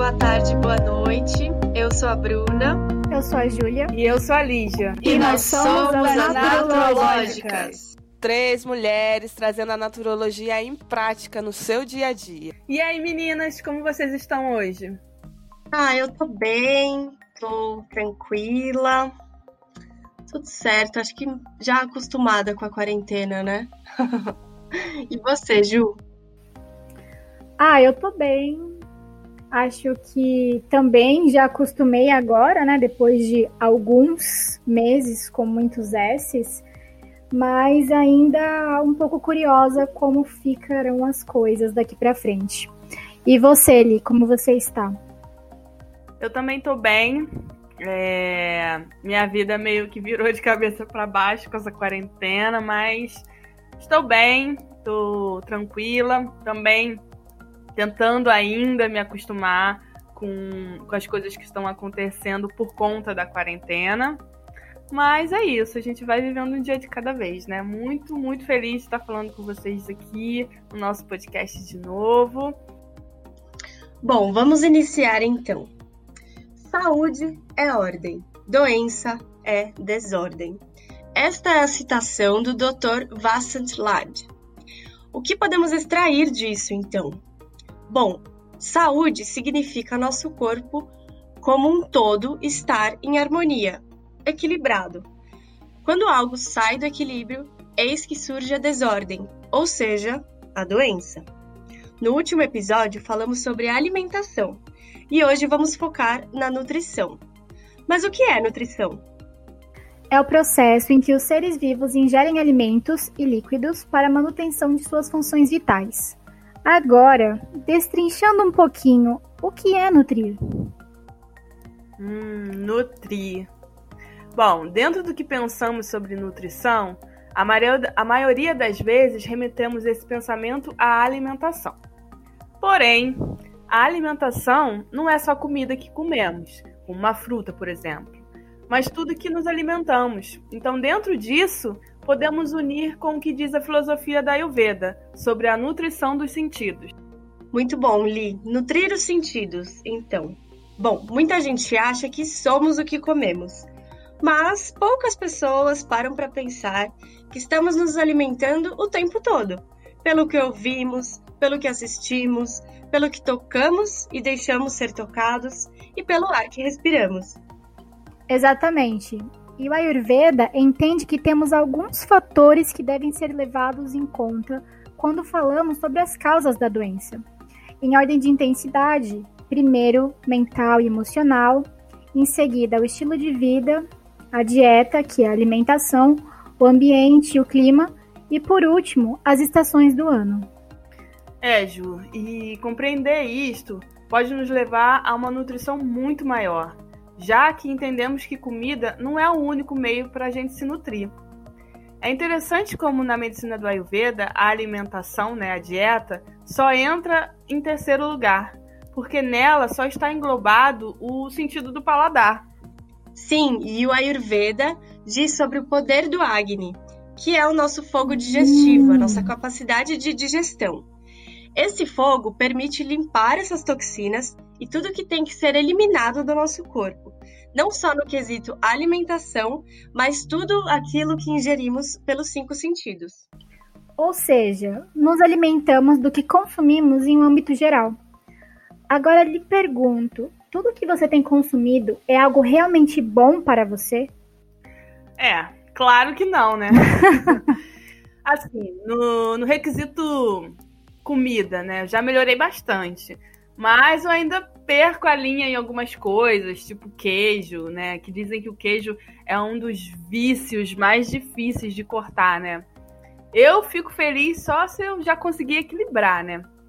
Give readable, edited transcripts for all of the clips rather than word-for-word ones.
boa tarde, boa noite. Eu sou a Bruna. Eu sou a Júlia. E eu sou a Lígia. E nós somos as Naturológicas. 3 mulheres trazendo a naturologia em prática no seu dia a dia. E aí, meninas, como vocês estão hoje? Eu tô bem, tô tranquila. Tudo certo, acho que já acostumada com a quarentena, né? E você, Ju? Eu tô bem. Acho que também já acostumei agora, né? Depois de alguns meses com muitos S's, mas ainda um pouco curiosa como ficarão as coisas daqui pra frente. E você, Li, como você está? Eu também tô bem. Minha vida meio que virou de cabeça para baixo com essa quarentena, mas estou bem, tô tranquila, também tentando ainda me acostumar com as coisas que estão acontecendo por conta da quarentena. Mas é isso, a gente vai vivendo um dia de cada vez, né? Muito, muito feliz de estar falando com vocês aqui no nosso podcast de novo. Bom, vamos iniciar então. Saúde é ordem, doença é desordem. Esta é a citação do Dr. Vasant Lad. O que podemos extrair disso, então? Bom, saúde significa nosso corpo como um todo estar em harmonia, equilibrado. Quando algo sai do equilíbrio, eis que surge a desordem, ou seja, a doença. No último episódio, falamos sobre alimentação e hoje vamos focar na nutrição. Mas o que é nutrição? É o processo em que os seres vivos ingerem alimentos e líquidos para a manutenção de suas funções vitais. Agora, destrinchando um pouquinho, o que é nutrir? Nutrir. Bom, dentro do que pensamos sobre nutrição, a maioria das vezes remetemos esse pensamento à alimentação. Porém, a alimentação não é só comida que comemos, como uma fruta, por exemplo, mas tudo que nos alimentamos. Então, dentro disso, podemos unir com o que diz a filosofia da Ayurveda sobre a nutrição dos sentidos. Muito bom, Li. Nutrir os sentidos, então. Bom, muita gente acha que somos o que comemos, mas poucas pessoas param para pensar que estamos nos alimentando o tempo todo, pelo que ouvimos, pelo que assistimos, pelo que tocamos e deixamos ser tocados e pelo ar que respiramos. Exatamente. E o Ayurveda entende que temos alguns fatores que devem ser levados em conta quando falamos sobre as causas da doença. Em ordem de intensidade, primeiro mental e emocional, em seguida o estilo de vida, a dieta, que é a alimentação, o ambiente e o clima, e por último, as estações do ano. Ju, e compreender isto pode nos levar a uma nutrição muito maior, já que entendemos que comida não é o único meio para a gente se nutrir. É interessante como na medicina do Ayurveda, a alimentação, a dieta, só entra em terceiro lugar, porque nela só está englobado o sentido do paladar. Sim, e o Ayurveda diz sobre o poder do Agni, que é o nosso fogo digestivo, a nossa capacidade de digestão. Esse fogo permite limpar essas toxinas e tudo que tem que ser eliminado do nosso corpo, não só no quesito alimentação, mas tudo aquilo que ingerimos pelos 5 sentidos. Ou seja, nos alimentamos do que consumimos em um âmbito geral. Agora lhe pergunto, tudo que você tem consumido é algo realmente bom para você? Claro que não, né? Assim, no requisito comida, eu já melhorei bastante. Mas eu ainda perco a linha em algumas coisas, tipo queijo, que dizem que o queijo é um dos vícios mais difíceis de cortar, Eu fico feliz só se eu já conseguir equilibrar,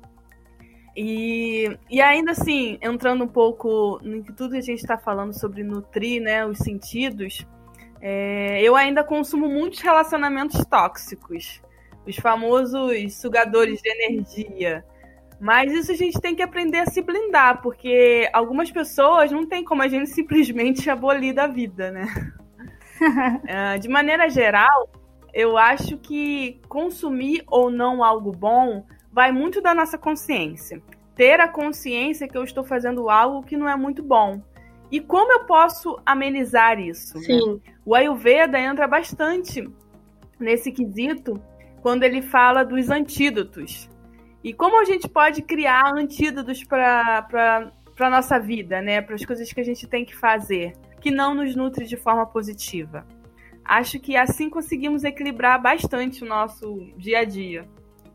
E ainda assim, entrando um pouco em tudo que a gente está falando sobre nutrir, os sentidos, eu ainda consumo muitos relacionamentos tóxicos, os famosos sugadores de energia. Mas isso a gente tem que aprender a se blindar, porque algumas pessoas não tem como a gente simplesmente abolir da vida, De maneira geral, eu acho que consumir ou não algo bom vai muito da nossa consciência. ter a consciência que eu estou fazendo algo que não é muito bom. E como eu posso amenizar isso? Sim. Né? O Ayurveda entra bastante nesse quesito quando ele fala dos antídotos. E como a gente pode criar antídotos para a nossa vida, né? Para as coisas que a gente tem que fazer, que não nos nutre de forma positiva. Acho que assim conseguimos equilibrar bastante o nosso dia a dia.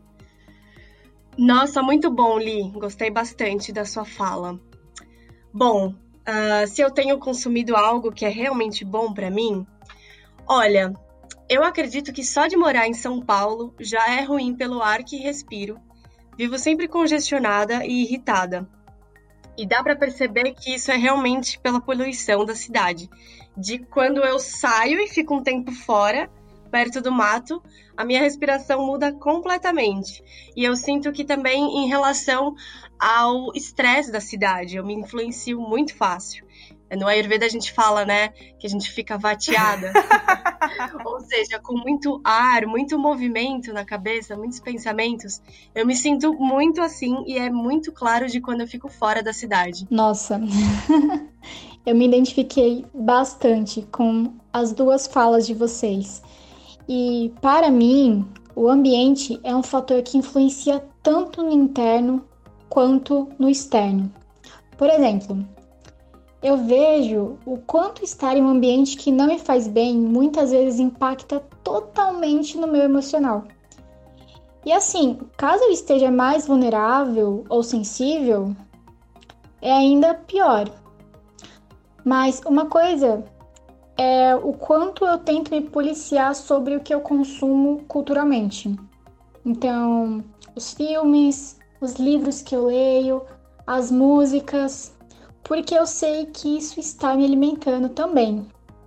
Nossa, muito bom, Li. Gostei bastante da sua fala. Bom, se eu tenho consumido algo que é realmente bom para mim, olha, eu acredito que só de morar em São Paulo já é ruim pelo ar que respiro. Vivo sempre congestionada e irritada. E dá para perceber que isso é realmente pela poluição da cidade. De quando eu saio e fico um tempo fora, perto do mato, a minha respiração muda completamente. E eu sinto que também em relação ao estresse da cidade, eu me influencio muito fácil. No Ayurveda a gente fala, né, que a gente fica vateada. Ou seja, com muito ar, muito movimento na cabeça, muitos pensamentos. Eu me sinto muito assim e é muito claro de quando eu fico fora da cidade. Nossa, eu me identifiquei bastante com as duas falas de vocês. E, para mim, o ambiente é um fator que influencia tanto no interno quanto no externo. Por exemplo, eu vejo o quanto estar em um ambiente que não me faz bem muitas vezes impacta totalmente no meu emocional. E assim, caso eu esteja mais vulnerável ou sensível, é ainda pior. Mas uma coisa é o quanto eu tento me policiar sobre o que eu consumo culturalmente. Então, os filmes, os livros que eu leio, as músicas, porque eu sei que isso está me alimentando também.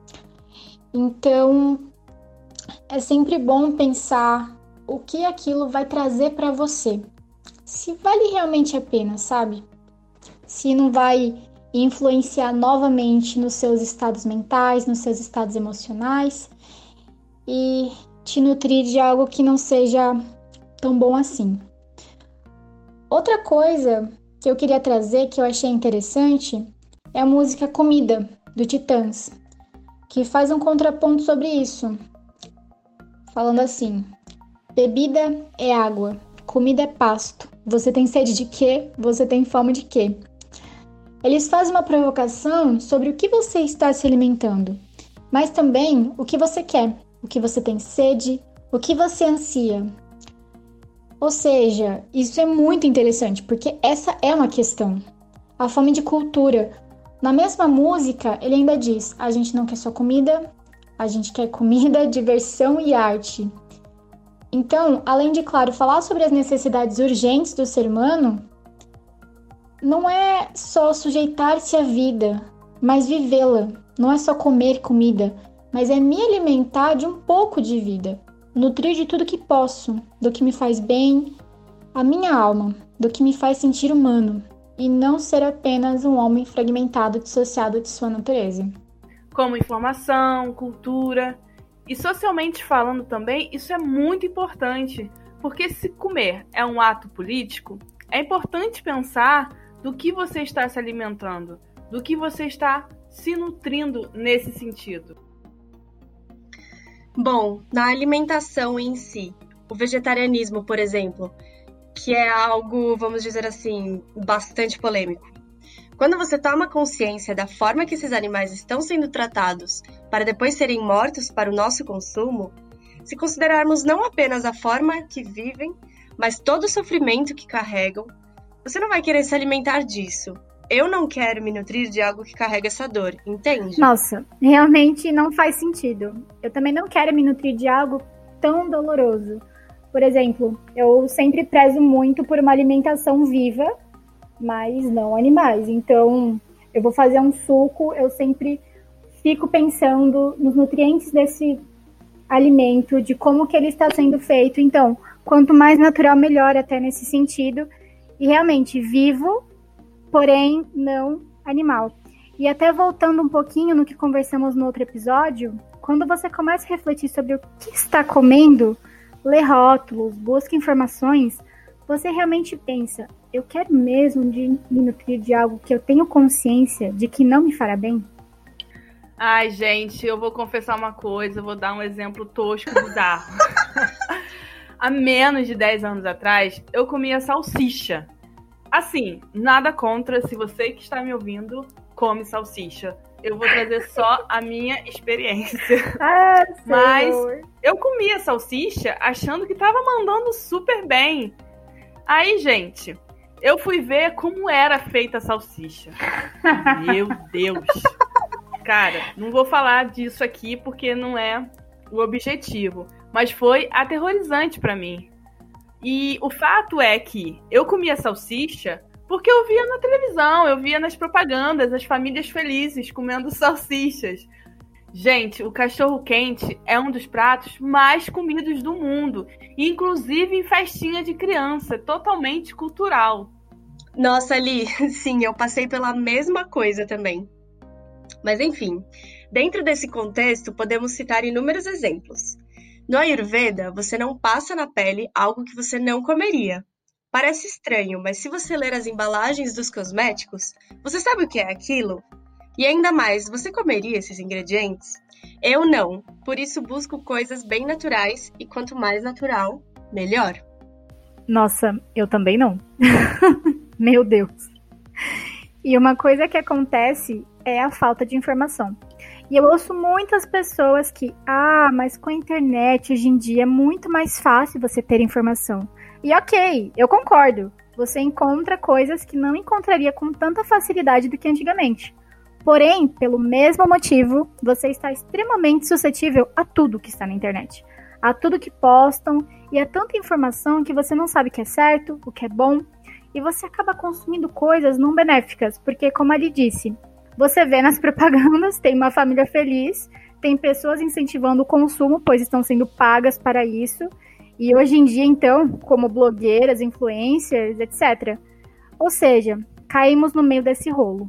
Então, é sempre bom pensar o que aquilo vai trazer para você. Se vale realmente a pena, sabe? Se não vai influenciar novamente nos seus estados mentais, nos seus estados emocionais e te nutrir de algo que não seja tão bom assim. Outra coisa que eu queria trazer, que eu achei interessante, é a música Comida, do Titãs, que faz um contraponto sobre isso, falando assim: bebida é água, comida é pasto, você tem sede de quê? Você tem fome de quê? Eles fazem uma provocação sobre o que você está se alimentando, mas também o que você quer, o que você tem sede, o que você ansia. Ou seja, isso é muito interessante, porque essa é uma questão. A fome de cultura. Na mesma música, ele ainda diz: a gente não quer só comida, a gente quer comida, diversão e arte. Então, além de, claro, falar sobre as necessidades urgentes do ser humano, não é só sujeitar-se à vida, mas vivê-la. Não é só comer comida, mas é me alimentar de um pouco de vida. Nutrir de tudo que posso, do que me faz bem, a minha alma, do que me faz sentir humano, e não ser apenas um homem fragmentado, dissociado de sua natureza. Como informação, cultura e socialmente falando também, isso é muito importante, porque se comer é um ato político, é importante pensar do que você está se alimentando, do que você está se nutrindo nesse sentido. Bom, na alimentação em si, o vegetarianismo, por exemplo, que é algo, vamos dizer assim, bastante polêmico. Quando você toma consciência da forma que esses animais estão sendo tratados para depois serem mortos para o nosso consumo, se considerarmos não apenas a forma que vivem, mas todo o sofrimento que carregam, você não vai querer se alimentar disso. Eu não quero me nutrir de algo que carrega essa dor, entende? Nossa, realmente não faz sentido. Eu também não quero me nutrir de algo tão doloroso. Por exemplo, eu sempre prezo muito por uma alimentação viva, mas não animais. Então, eu vou fazer um suco, eu sempre fico pensando nos nutrientes desse alimento, de como que ele está sendo feito. Então, quanto mais natural, melhor até nesse sentido. E realmente, vivo, porém não animal. E até voltando um pouquinho no que conversamos no outro episódio, quando você começa a refletir sobre o que está comendo, lê rótulos, busca informações, você realmente pensa: eu quero mesmo me nutrir de algo que eu tenho consciência de que não me fará bem? Ai, gente, eu vou confessar uma coisa, eu vou dar um exemplo tosco, bizarro. Há menos de 10 anos atrás, eu comia salsicha. Assim, nada contra se você que está me ouvindo come salsicha. Eu vou trazer só a minha experiência. Mas eu comia salsicha achando que estava mandando super bem. Aí, gente, eu fui ver como era feita a salsicha. Meu Deus. Cara, não vou falar disso aqui porque não é o objetivo. Mas foi aterrorizante pra mim. E o fato é que eu comia salsicha porque eu via na televisão, eu via nas propagandas, as famílias felizes comendo salsichas. Gente, o cachorro-quente é um dos pratos mais comidos do mundo, inclusive em festinha de criança, totalmente cultural. Nossa, Li, sim, eu passei pela mesma coisa também. Mas enfim, dentro desse contexto, podemos citar inúmeros exemplos. No Ayurveda, você não passa na pele algo que você não comeria. Parece estranho, mas se você ler as embalagens dos cosméticos, você sabe o que é aquilo? E ainda mais, você comeria esses ingredientes? Eu não, por isso busco coisas bem naturais e quanto mais natural, melhor. Nossa, eu também não. Meu Deus. E uma coisa que acontece é a falta de informação. E eu ouço muitas pessoas que, mas com a internet hoje em dia é muito mais fácil você ter informação. E ok, eu concordo. Você encontra coisas que não encontraria com tanta facilidade do que antigamente. Porém, pelo mesmo motivo, você está extremamente suscetível a tudo que está na internet. A tudo que postam e a tanta informação que você não sabe o que é certo, o que é bom. E você acaba consumindo coisas não benéficas, porque como ele disse, você vê nas propagandas, tem uma família feliz, tem pessoas incentivando o consumo, pois estão sendo pagas para isso. E hoje em dia, então, como blogueiras, influencers, etc. Ou seja, caímos no meio desse rolo.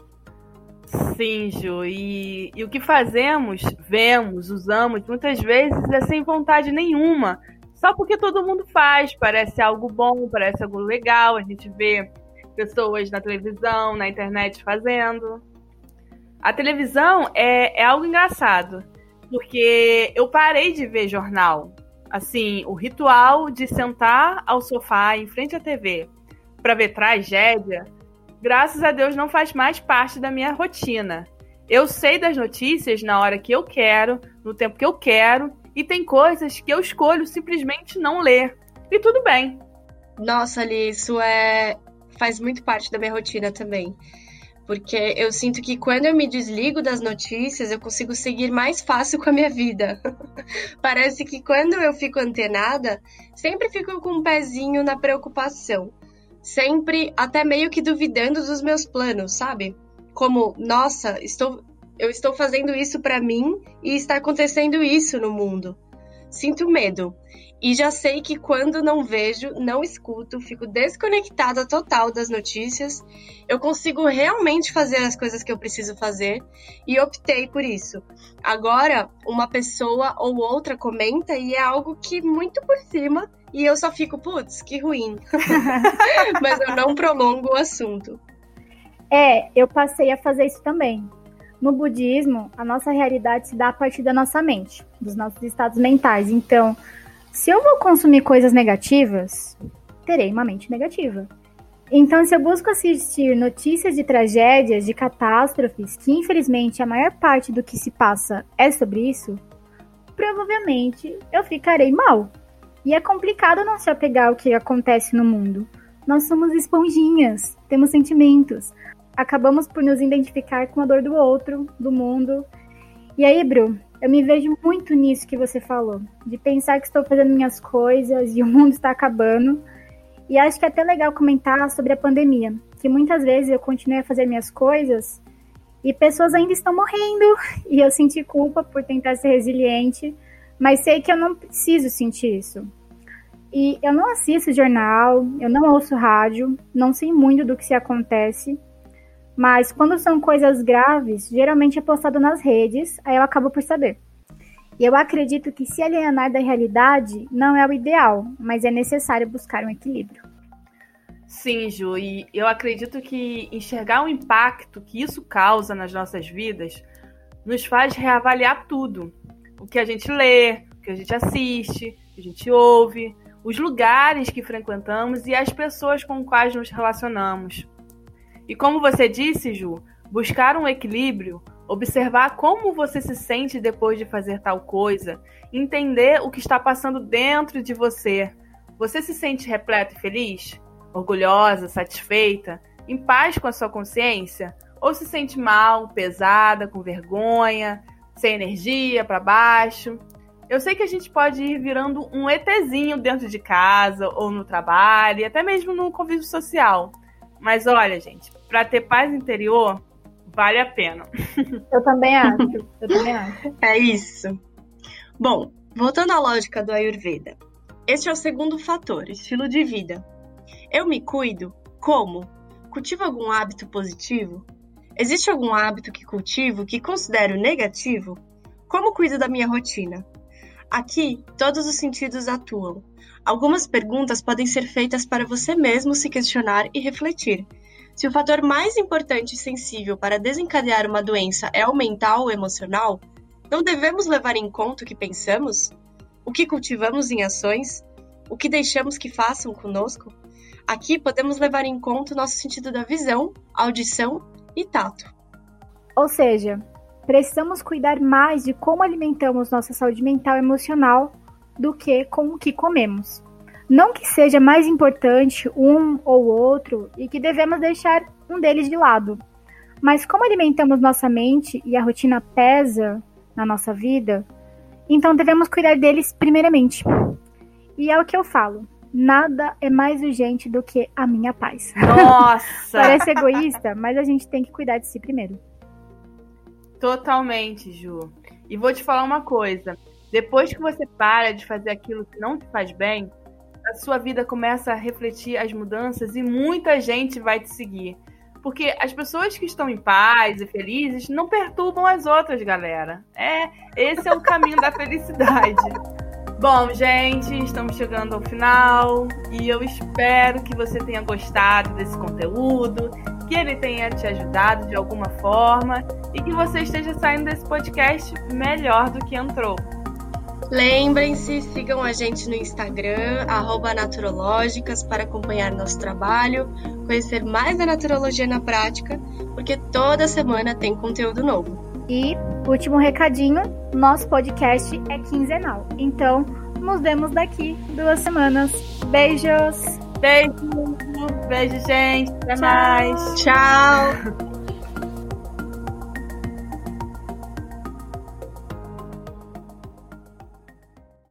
Sim, Ju, e o que fazemos, vemos, usamos, muitas vezes é sem vontade nenhuma. Só porque todo mundo faz, parece algo bom, parece algo legal, a gente vê pessoas na televisão, na internet fazendo. A televisão é algo engraçado, porque eu parei de ver jornal. Assim, o ritual de sentar ao sofá em frente à TV para ver tragédia, graças a Deus não faz mais parte da minha rotina. Eu sei das notícias na hora que eu quero, no tempo que eu quero, e tem coisas que eu escolho simplesmente não ler. E tudo bem. Nossa, Ali, isso faz muito parte da minha rotina também. Porque eu sinto que quando eu me desligo das notícias, eu consigo seguir mais fácil com a minha vida. Parece que quando eu fico antenada, sempre fico com um pezinho na preocupação. Sempre até meio que duvidando dos meus planos, sabe? Como, nossa, eu estou fazendo isso pra mim e está acontecendo isso no mundo. Sinto medo. E já sei que quando não vejo, não escuto, fico desconectada total das notícias, eu consigo realmente fazer as coisas que eu preciso fazer e optei por isso. Agora, uma pessoa ou outra comenta e é algo que muito por cima e eu só fico, putz, que ruim. Mas eu não prolongo o assunto. Eu passei a fazer isso também. No budismo, a nossa realidade se dá a partir da nossa mente, dos nossos estados mentais. Então, se eu vou consumir coisas negativas, terei uma mente negativa. Então, se eu busco assistir notícias de tragédias, de catástrofes, que infelizmente a maior parte do que se passa é sobre isso, provavelmente eu ficarei mal. E é complicado não se apegar ao que acontece no mundo. Nós somos esponjinhas, temos sentimentos. Acabamos por nos identificar com a dor do outro, do mundo. E aí, Bru, eu me vejo muito nisso que você falou, de pensar que estou fazendo minhas coisas e o mundo está acabando. E acho que é até legal comentar sobre a pandemia, que muitas vezes eu continuei a fazer minhas coisas e pessoas ainda estão morrendo. E eu senti culpa por tentar ser resiliente, mas sei que eu não preciso sentir isso. E eu não assisto jornal, eu não ouço rádio, não sei muito do que se acontece. Mas quando são coisas graves, geralmente é postado nas redes, aí eu acabo por saber. E eu acredito que se alienar da realidade não é o ideal, mas é necessário buscar um equilíbrio. Sim, Ju, e eu acredito que enxergar o impacto que isso causa nas nossas vidas nos faz reavaliar tudo. O que a gente lê, o que a gente assiste, o que a gente ouve, os lugares que frequentamos e as pessoas com as quais nos relacionamos. E como você disse, Ju, buscar um equilíbrio, observar como você se sente depois de fazer tal coisa, entender o que está passando dentro de você. Você se sente repleta e feliz? Orgulhosa, satisfeita, em paz com a sua consciência? Ou se sente mal, pesada, com vergonha, sem energia, para baixo? Eu sei que a gente pode ir virando um ETzinho dentro de casa ou no trabalho, e até mesmo no convívio social. Mas olha, gente, para ter paz interior, vale a pena. Eu também acho. É isso. Bom, voltando à lógica do Ayurveda. Este é o segundo fator, estilo de vida. Eu me cuido? Como? Cultivo algum hábito positivo? Existe algum hábito que cultivo que considero negativo? Como cuido da minha rotina? Aqui, todos os sentidos atuam. Algumas perguntas podem ser feitas para você mesmo se questionar e refletir. Se o fator mais importante e sensível para desencadear uma doença é o mental ou emocional, não devemos levar em conta o que pensamos? O que cultivamos em ações? O que deixamos que façam conosco? Aqui podemos levar em conta o nosso sentido da visão, audição e tato. Ou seja, precisamos cuidar mais de como alimentamos nossa saúde mental e emocional do que com o que comemos. Não que seja mais importante um ou outro e que devemos deixar um deles de lado, mas como alimentamos nossa mente e a rotina pesa na nossa vida, então devemos cuidar deles primeiramente. E é o que eu falo, nada é mais urgente do que a minha paz. Nossa! Parece egoísta, mas a gente tem que cuidar de si primeiro. Totalmente, Ju. E vou te falar uma coisa. Depois que você para de fazer aquilo que não te faz bem, a sua vida começa a refletir as mudanças e muita gente vai te seguir. Porque as pessoas que estão em paz e felizes não perturbam as outras, galera. Esse é o caminho da felicidade. Bom, gente, estamos chegando ao final e eu espero que você tenha gostado desse conteúdo, que ele tenha te ajudado de alguma forma e que você esteja saindo desse podcast melhor do que entrou. Lembrem-se, sigam a gente no Instagram, @naturológicas, para acompanhar nosso trabalho, conhecer mais da naturologia na prática, porque toda semana tem conteúdo novo. E, último recadinho, nosso podcast é quinzenal. Então, nos vemos daqui 2 semanas. Beijos! Beijo, gente. Até mais. Tchau!